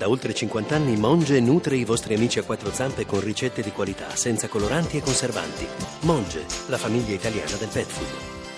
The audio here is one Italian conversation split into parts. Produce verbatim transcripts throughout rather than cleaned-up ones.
Da oltre cinquanta anni Monge nutre i vostri amici a quattro zampe con ricette di qualità, senza coloranti e conservanti. Monge, la famiglia italiana del pet food.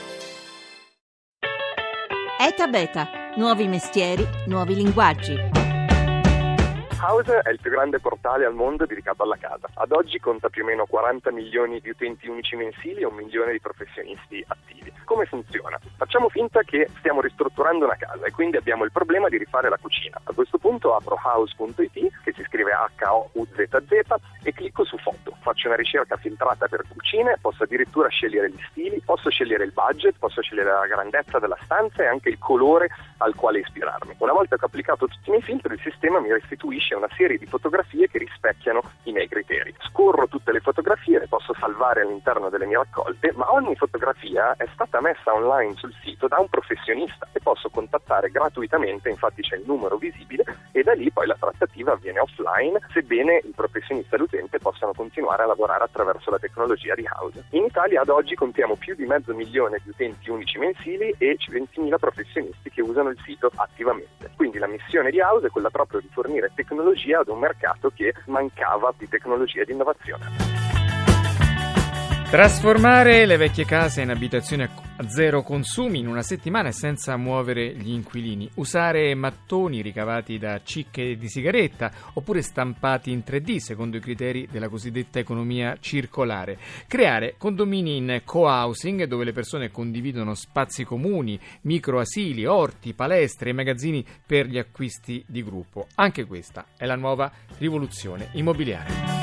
ETA Beta. Nuovi mestieri, nuovi linguaggi. House è il più grande portale al mondo dedicato alla casa. Ad oggi conta più o meno quaranta milioni di utenti unici mensili e un milione di professionisti attivi. Come funziona? Facciamo finta che stiamo ristrutturando una casa e quindi abbiamo il problema di rifare la cucina. A questo punto apro house punto it, che si scrive H O U Z Z, e clicco su foto. Faccio una ricerca filtrata per cucine, posso addirittura scegliere gli stili, posso scegliere il budget, posso scegliere la grandezza della stanza e anche il colore al quale ispirarmi. Una volta che ho applicato tutti i miei filtri, il sistema mi restituisce una serie di fotografie che rispecchiano i miei criteri. Scorro tutte le fotografie, le posso salvare all'interno delle mie raccolte, ma ogni fotografia è stata messa online sul sito da un professionista e posso contattare gratuitamente, infatti c'è il numero visibile, e da lì poi la trattativa avviene offline, sebbene il professionista e l'utente possano continuare a lavorare attraverso la tecnologia di House. In Italia ad oggi contiamo più di mezzo milione di utenti unici mensili e ventimila professionisti che usano il sito attivamente. Quindi la missione di House è quella proprio di fornire tecnologia ad un mercato che mancava di tecnologia e di innovazione. Trasformare le vecchie case in abitazioni a zero consumi in una settimana e senza muovere gli inquilini. Usare mattoni ricavati da cicche di sigaretta oppure stampati in tre D secondo i criteri della cosiddetta economia circolare. Creare condomini in co-housing dove le persone condividono spazi comuni, microasili, orti, palestre e magazzini per gli acquisti di gruppo. Anche questa è la nuova rivoluzione immobiliare.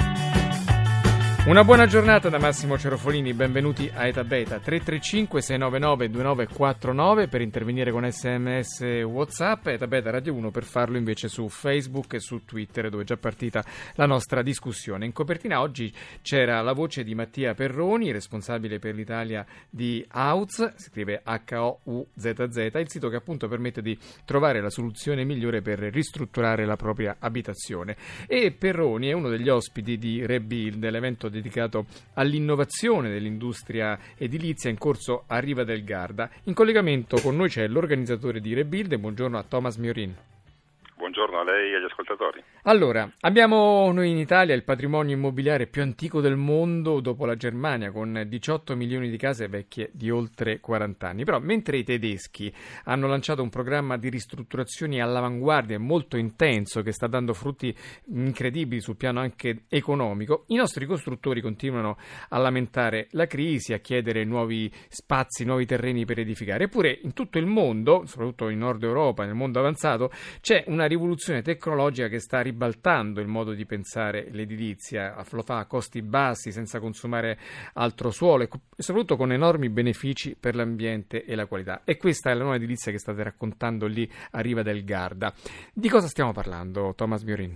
Una buona giornata da Massimo Cerofolini, benvenuti a ETA Beta. Tre tre cinque sei nove nove due nove quattro nove per intervenire con sms WhatsApp, ETA Beta Radio uno per farlo invece su Facebook e su Twitter, dove è già partita la nostra discussione. In copertina oggi c'era la voce di Mattia Perroni, responsabile per l'Italia di Houz, si scrive H O U Z Z, il sito che appunto permette di trovare la soluzione migliore per ristrutturare la propria abitazione. E Perroni è uno degli ospiti di Rebuild, l'evento dedicato all'innovazione dell'industria edilizia in corso a Riva del Garda. In collegamento con noi c'è l'organizzatore di Rebuild. Buongiorno a Thomas Miorin. Buongiorno a lei e agli ascoltatori. Allora, abbiamo noi in Italia il patrimonio immobiliare più antico del mondo dopo la Germania, con diciotto milioni di case vecchie di oltre quaranta anni. Però mentre i tedeschi hanno lanciato un programma di ristrutturazioni all'avanguardia e molto intenso che sta dando frutti incredibili sul piano anche economico, i nostri costruttori continuano a lamentare la crisi, a chiedere nuovi spazi, nuovi terreni per edificare. Eppure in tutto il mondo, soprattutto in Nord Europa, nel mondo avanzato, c'è una rivoluzione tecnologica che sta ribaltando il modo di pensare l'edilizia, lo fa a costi bassi, senza consumare altro suolo e soprattutto con enormi benefici per l'ambiente e la qualità. E questa è la nuova edilizia che state raccontando lì a Riva del Garda. Di cosa stiamo parlando, Thomas Miorin?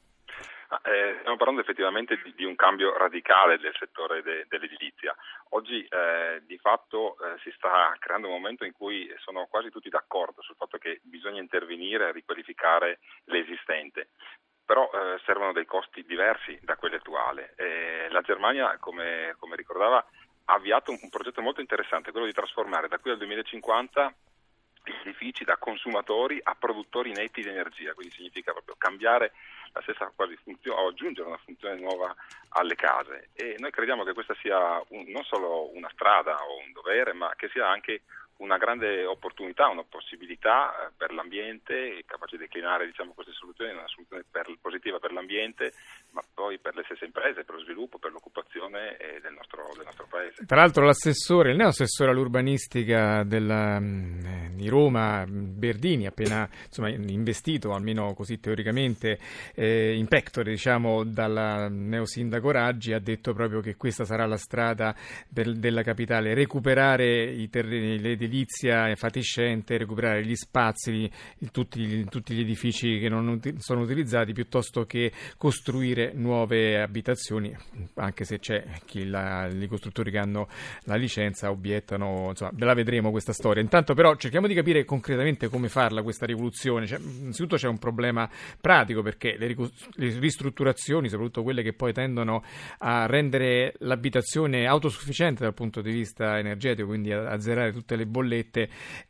Eh, stiamo parlando effettivamente di, di un cambio radicale del settore de, dell'edilizia. Oggi eh, di fatto eh, si sta creando un momento in cui sono quasi tutti d'accordo sul fatto che bisogna intervenire a riqualificare l'esistente. Però eh, servono dei costi diversi da quelli attuali. Eh, la Germania, come, come ricordava, ha avviato un, un progetto molto interessante, quello di trasformare da qui al duemilacinquanta gli edifici da consumatori a produttori netti di energia, quindi significa proprio cambiare la stessa quasi funzione o aggiungere una funzione nuova alle case. E noi crediamo che questa sia un, non solo una strada o un dovere, ma che sia anche una grande opportunità, una possibilità per l'ambiente, capace di declinare diciamo, queste soluzioni in una soluzione per, positiva per l'ambiente, ma poi per le stesse imprese, per lo sviluppo, per l'occupazione del nostro, del nostro paese. Tra l'altro l'assessore, il neoassessore all'urbanistica della, di Roma, Berdini, appena insomma, investito, almeno così teoricamente, eh, in pectore diciamo, dal neosindaco Raggi, ha detto proprio che questa sarà la strada per, della capitale, recuperare i terreni, l'edilizia fatiscente, recuperare gli spazi, tutti, tutti gli edifici che non uti- sono utilizzati, piuttosto che costruire nuovi nuove abitazioni, anche se c'è chi la, i costruttori che hanno la licenza obiettano, insomma, ve la vedremo questa storia. Intanto però cerchiamo di capire concretamente come farla questa rivoluzione. Cioè, innanzitutto c'è un problema pratico, perché le, le ristrutturazioni, soprattutto quelle che poi tendono a rendere l'abitazione autosufficiente dal punto di vista energetico, quindi a azzerare tutte le bollette,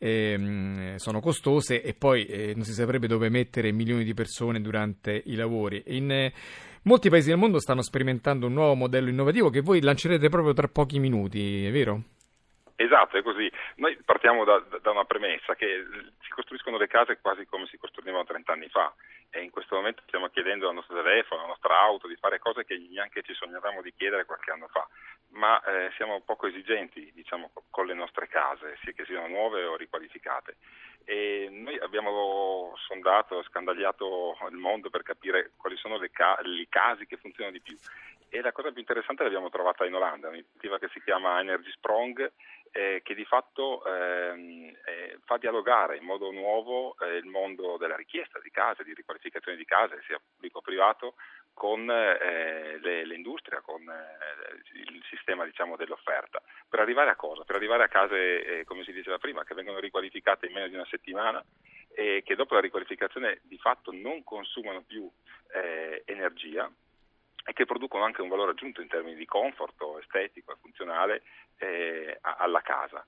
ehm, sono costose, e poi eh, non si saprebbe dove mettere milioni di persone durante i lavori. In eh, molti paesi del mondo stanno sperimentando un nuovo modello innovativo che voi lancerete proprio tra pochi minuti, è vero? Esatto, è così. Noi partiamo da, da una premessa, che si costruiscono le case quasi come si costruivano trent'anni fa, e in questo momento stiamo chiedendo al nostro telefono, alla nostra auto, di fare cose che neanche ci sognavamo di chiedere qualche anno fa, ma eh, siamo poco esigenti, diciamo, con le nostre case, sia che siano nuove o riqualificate. E noi abbiamo sondato, scandagliato il mondo per capire quali sono le ca- i casi che funzionano di più, e la cosa più interessante l'abbiamo trovata in Olanda, un'iniziativa che si chiama Energy Sprong, eh, che di fatto ehm, eh, fa dialogare in modo nuovo eh, il mondo della richiesta di case, di riqualificazione di case, sia pubblico o privato, con eh, le, l'industria, con eh, il sistema, diciamo, dell'offerta. Per arrivare a cosa? Per arrivare a case, eh, come si diceva prima, che vengono riqualificate in meno di una settimana, e che dopo la riqualificazione di fatto non consumano più eh, energia, e che producono anche un valore aggiunto in termini di comfort estetico e funzionale eh, alla casa.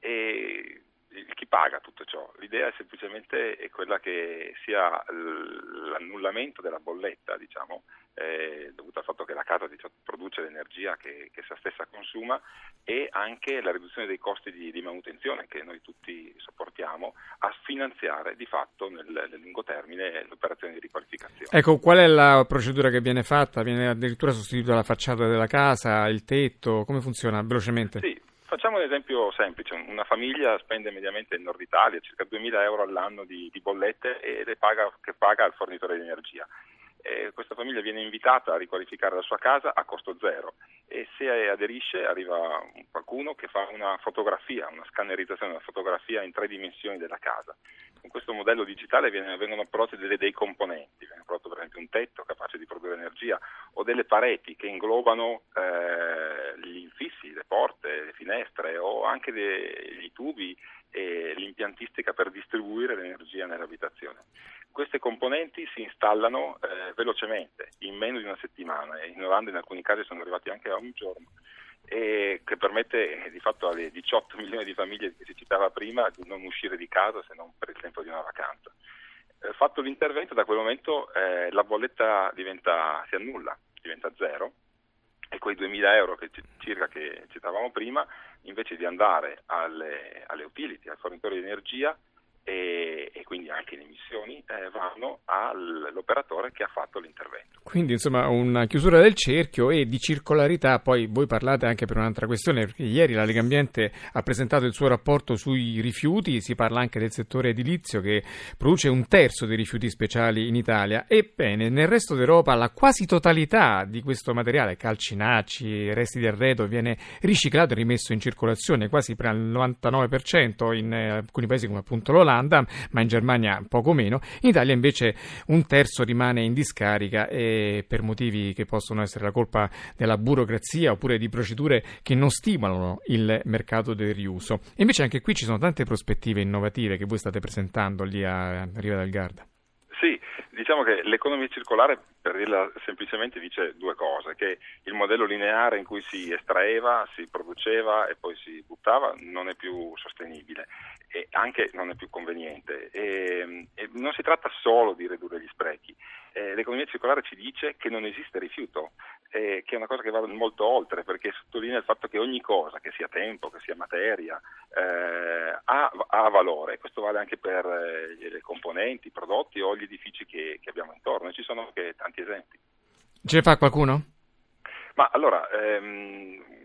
E chi paga tutto ciò? L'idea è semplicemente è quella che sia l'annullamento della bolletta, diciamo, eh, dovuto al fatto che la casa, diciamo, produce l'energia che, che essa stessa consuma, e anche la riduzione dei costi di, di manutenzione che noi tutti sopportiamo, a finanziare di fatto nel, nel lungo termine l'operazione di riqualificazione. Ecco, qual è la procedura che viene fatta? Viene addirittura sostituita la facciata della casa, il tetto? Come funziona velocemente? Sì. Facciamo un esempio semplice: una famiglia spende mediamente in Nord Italia circa duemila euro all'anno di, di bollette, e le paga, che paga al fornitore di energia. E questa famiglia viene invitata a riqualificare la sua casa a costo zero, e se aderisce arriva qualcuno che fa una fotografia, una scannerizzazione, una fotografia in tre dimensioni della casa. Con questo modello digitale viene, vengono prodotti delle, dei componenti, viene prodotto per esempio un tetto capace di produrre energia, o delle pareti che inglobano eh, gli infissi, le porte, le finestre, o anche dei tubi e l'impiantistica per distribuire l'energia nell'abitazione. Queste componenti si installano eh, velocemente, in meno di una settimana, e in Olanda in alcuni casi sono arrivati anche a un giorno, e che permette eh, di fatto alle diciotto milioni di famiglie che si citava prima di non uscire di casa se non per il tempo di una vacanza. Eh, fatto l'intervento, da quel momento eh, la bolletta diventa, si annulla, diventa zero, e quei duemila euro che, circa che citavamo prima, invece di andare alle, alle utility, al fornitore di energia, e, e quindi anche in emissioni, eh, vanno all'operatore che ha fatto l'intervento. Quindi insomma una chiusura del cerchio e di circolarità. Poi voi parlate anche per un'altra questione, perché ieri la Lega Ambiente ha presentato il suo rapporto sui rifiuti, si parla anche del settore edilizio che produce un terzo dei rifiuti speciali in Italia. Ebbene, nel resto d'Europa la quasi totalità di questo materiale, calcinacci, resti di arredo, viene riciclato e rimesso in circolazione, quasi per il novantanove per cento in alcuni paesi come appunto l'Olanda, ma in Germania poco meno. In Italia invece un terzo rimane in discarica, e per motivi che possono essere la colpa della burocrazia oppure di procedure che non stimolano il mercato del riuso. E invece anche qui ci sono tante prospettive innovative che voi state presentando lì a Riva del Garda. Sì, diciamo che l'economia circolare, per dirla semplicemente, dice due cose: che il modello lineare in cui si estraeva, si produceva e poi si buttava non è più sostenibile, e anche non è più conveniente, e, e non si tratta solo di ridurre gli sprechi. Eh, l'economia circolare ci dice che non esiste rifiuto, eh, che è una cosa che va molto oltre, perché sottolinea il fatto che ogni cosa, che sia tempo, che sia materia, eh, ha, ha valore. Questo vale anche per eh, le componenti, i prodotti o gli edifici che, che abbiamo intorno, e ci sono anche tanti esempi. Ce ne fa qualcuno? Ma allora, ehm,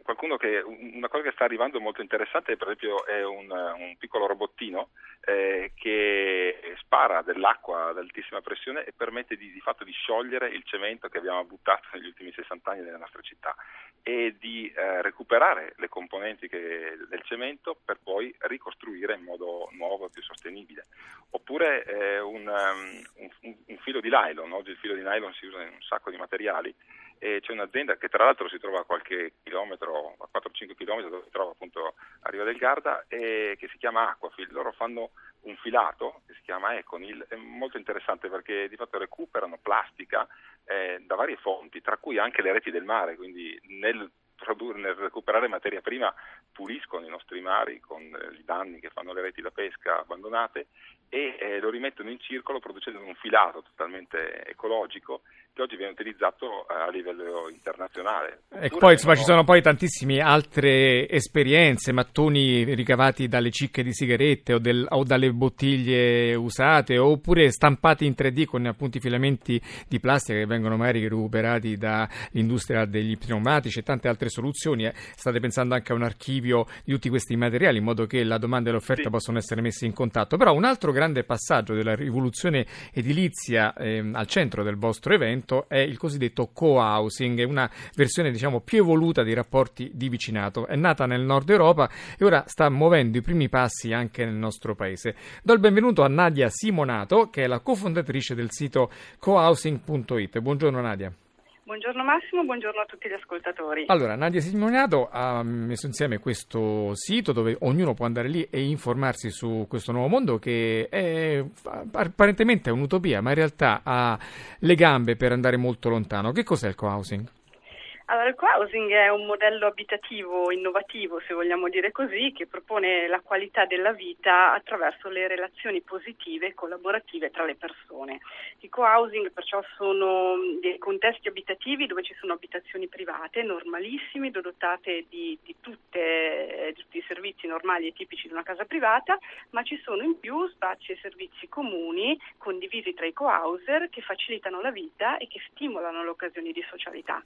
qualcuno che, una cosa che sta arrivando molto interessante, per esempio, è un, un piccolo robottino eh, che spara dell'acqua ad altissima pressione e permette di, di fatto di sciogliere il cemento che abbiamo buttato negli ultimi sessanta anni nelle nostre città e di eh, recuperare le componenti che, del cemento per poi ricostruire in modo nuovo e più sostenibile. Oppure eh, un, um, un, un filo di nylon. Oggi il filo di nylon si usa in un sacco di materiali e c'è un'azienda che tra l'altro si trova a qualche chilometro, a quattro cinque chilometri dove si trova appunto a Riva del Garda, e che si chiama Aquafil. Loro fanno un filato che si chiama Econil, è molto interessante perché di fatto recuperano plastica eh, da varie fonti, tra cui anche le reti del mare, quindi nel produrre, nel recuperare materia prima puliscono i nostri mari con eh, i danni che fanno le reti da pesca abbandonate e eh, lo rimettono in circolo producendo un filato totalmente ecologico che oggi viene utilizzato a livello internazionale. E poi insomma ci sono poi tantissime altre esperienze, mattoni ricavati dalle cicche di sigarette o, del, o dalle bottiglie usate, oppure stampati in tre D con appunto i filamenti di plastica che vengono magari recuperati dall'industria degli pneumatici e tante altre soluzioni. Eh. State pensando anche a un archivio di tutti questi materiali in modo che la domanda e l'offerta sì. possono essere messi in contatto. Però un altro grande passaggio della rivoluzione edilizia eh, al centro del vostro evento è il cosiddetto co-housing, una versione diciamo più evoluta dei rapporti di vicinato. È nata nel nord Europa e ora sta muovendo i primi passi anche nel nostro paese. Do il benvenuto a Nadia Simonato, che è la cofondatrice del sito cohousing punto it. Buongiorno Nadia. Buongiorno Massimo, buongiorno a tutti gli ascoltatori. Allora, Nadia Simonato ha messo insieme questo sito dove ognuno può andare lì e informarsi su questo nuovo mondo che è apparentemente è un'utopia, ma in realtà ha le gambe per andare molto lontano. Che cos'è il co-housing? Allora, il co-housing è un modello abitativo innovativo, se vogliamo dire così, che propone la qualità della vita attraverso le relazioni positive e collaborative tra le persone. I co-housing perciò sono dei contesti abitativi dove ci sono abitazioni private normalissime, dotate di, di, tutte, di tutti i servizi normali e tipici di una casa privata, ma ci sono in più spazi e servizi comuni condivisi tra i co-houser che facilitano la vita e che stimolano le occasioni di socialità.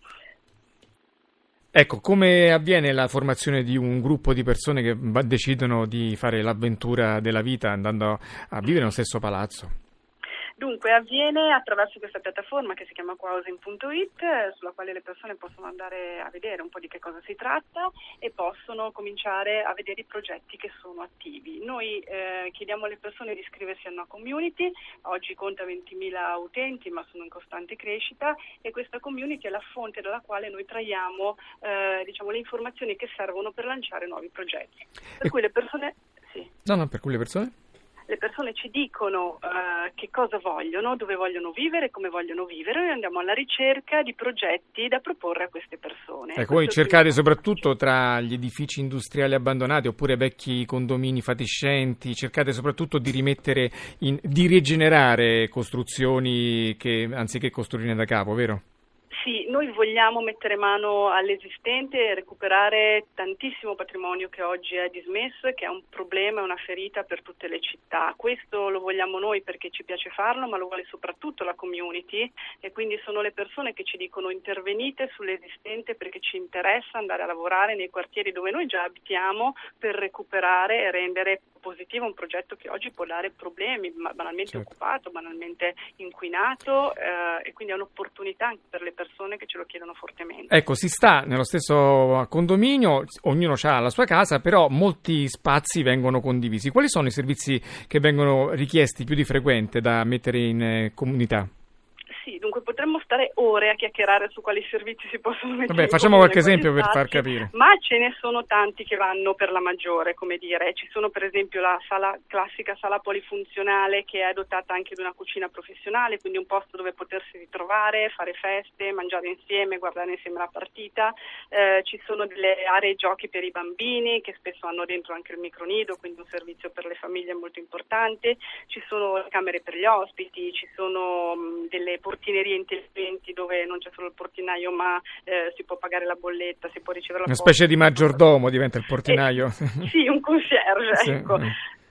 Ecco, come avviene la formazione di un gruppo di persone che decidono di fare l'avventura della vita andando a vivere nello stesso palazzo? Dunque, avviene attraverso questa piattaforma che si chiama cohousing punto it, sulla quale le persone possono andare a vedere un po' di che cosa si tratta e possono cominciare a vedere i progetti che sono attivi. Noi eh, chiediamo alle persone di iscriversi a una community, oggi conta ventimila utenti ma sono in costante crescita, e questa community è la fonte dalla quale noi traiamo eh, diciamo, le informazioni che servono per lanciare nuovi progetti. Per e... cui le persone... Sì. No, no, per cui le persone... Le persone ci dicono uh, che cosa vogliono, dove vogliono vivere, come vogliono vivere, e noi andiamo alla ricerca di progetti da proporre a queste persone. Ecco, voi cercate soprattutto tra gli edifici industriali abbandonati oppure vecchi condomini fatiscenti, cercate soprattutto di rimettere, in, di rigenerare costruzioni che anziché costruire da capo, vero? Sì, noi vogliamo mettere mano all'esistente e recuperare tantissimo patrimonio che oggi è dismesso e che è un problema, una ferita per tutte le città. Questo lo vogliamo noi perché ci piace farlo, ma lo vuole soprattutto la community, e quindi sono le persone che ci dicono intervenite sull'esistente perché ci interessa andare a lavorare nei quartieri dove noi già abitiamo per recuperare e rendere positivo un progetto che oggi può dare problemi, banalmente certo. occupato, banalmente inquinato, eh, e quindi è un'opportunità anche per le persone che ce lo chiedono fortemente. Ecco, si sta nello stesso condominio, ognuno ha la sua casa, però molti spazi vengono condivisi. Quali sono i servizi che vengono richiesti più di frequente da mettere in eh, comunità? Sì, dunque potremmo stare ore a chiacchierare su quali servizi si possono mettere. Vabbè, in facciamo qualche esempio spazi, per far capire. Ma ce ne sono tanti che vanno per la maggiore, come dire. Ci sono per esempio la sala classica sala polifunzionale che è dotata anche di una cucina professionale, quindi un posto dove potersi ritrovare, fare feste, mangiare insieme, guardare insieme la partita. Eh, ci sono delle aree giochi per i bambini che spesso hanno dentro anche il micronido, quindi un servizio per le famiglie molto importante. Ci sono le camere per gli ospiti, ci sono mh, delle portinerie intelligenti dove non c'è solo il portinaio ma eh, si può pagare la bolletta, si può ricevere la una posta. specie di maggiordomo diventa il portinaio. Eh, sì, un concierge, sì. ecco.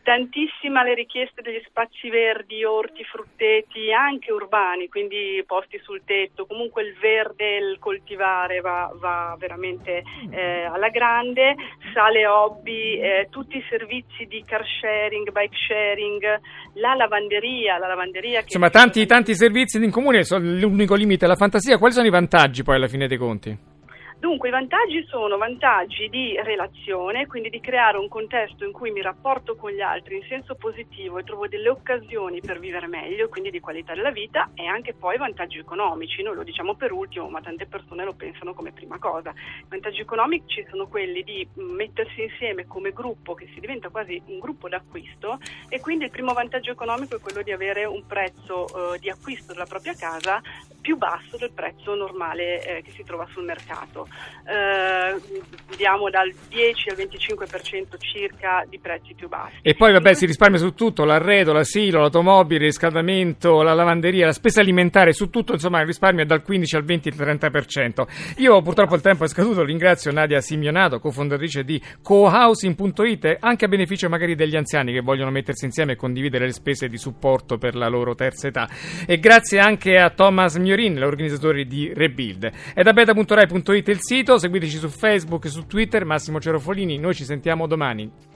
Tantissima le richieste degli spazi verdi, orti, frutteti, anche urbani, quindi posti sul tetto. Comunque il verde, il coltivare va, va veramente eh, alla grande. Sale hobby, eh, tutti i servizi di car sharing, bike sharing, la lavanderia, la lavanderia che insomma tanti, tanti servizi in comune. L'unico limite è la fantasia. Quali sono i vantaggi poi alla fine dei conti? Dunque i vantaggi sono vantaggi di relazione, quindi di creare un contesto in cui mi rapporto con gli altri in senso positivo e trovo delle occasioni per vivere meglio, quindi di qualità della vita, e anche poi vantaggi economici. Noi lo diciamo per ultimo, ma tante persone lo pensano come prima cosa. I vantaggi economici sono quelli di mettersi insieme come gruppo, che si diventa quasi un gruppo d'acquisto, e quindi il primo vantaggio economico è quello di avere un prezzo eh, di acquisto della propria casa più basso del prezzo normale eh, che si trova sul mercato. Eh, diamo dal dieci al venticinque per cento circa di prezzi più bassi. E poi vabbè, si risparmia su tutto: l'arredo, l'asilo, l'automobile, il riscaldamento, la lavanderia, la spesa alimentare, su tutto, insomma il risparmio è dal quindici al venti trenta per cento. Io purtroppo il tempo è scaduto, ringrazio Nadia Simeonato, cofondatrice di cohousing punto it, anche a beneficio magari degli anziani che vogliono mettersi insieme e condividere le spese di supporto per la loro terza età. E grazie anche a Thomas Miorin, l'organizzatore di Rebuild. È da beta punto rai punto it il sito, seguiteci su Facebook e su Twitter. Massimo Cerofolini, noi ci sentiamo domani.